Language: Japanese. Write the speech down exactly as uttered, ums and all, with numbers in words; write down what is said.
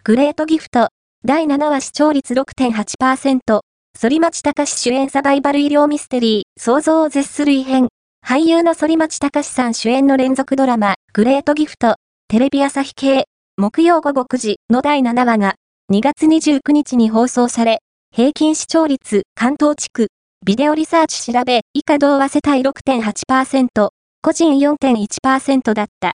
グレートギフト。だいななわ視聴率 ろくてんはちパーセント。反町隆史主演サバイバル医療ミステリー、想像を絶する異変。俳優の反町隆史さん主演の連続ドラマ、グレートギフト。テレビ朝日系。木曜ごごくじのだいななわが、にがつにじゅうくにちに放送され、平均視聴率、関東地区。ビデオリサーチ調べ、以下同和世帯 ろくてんはちパーセント。個人 よんてんいちパーセント だった。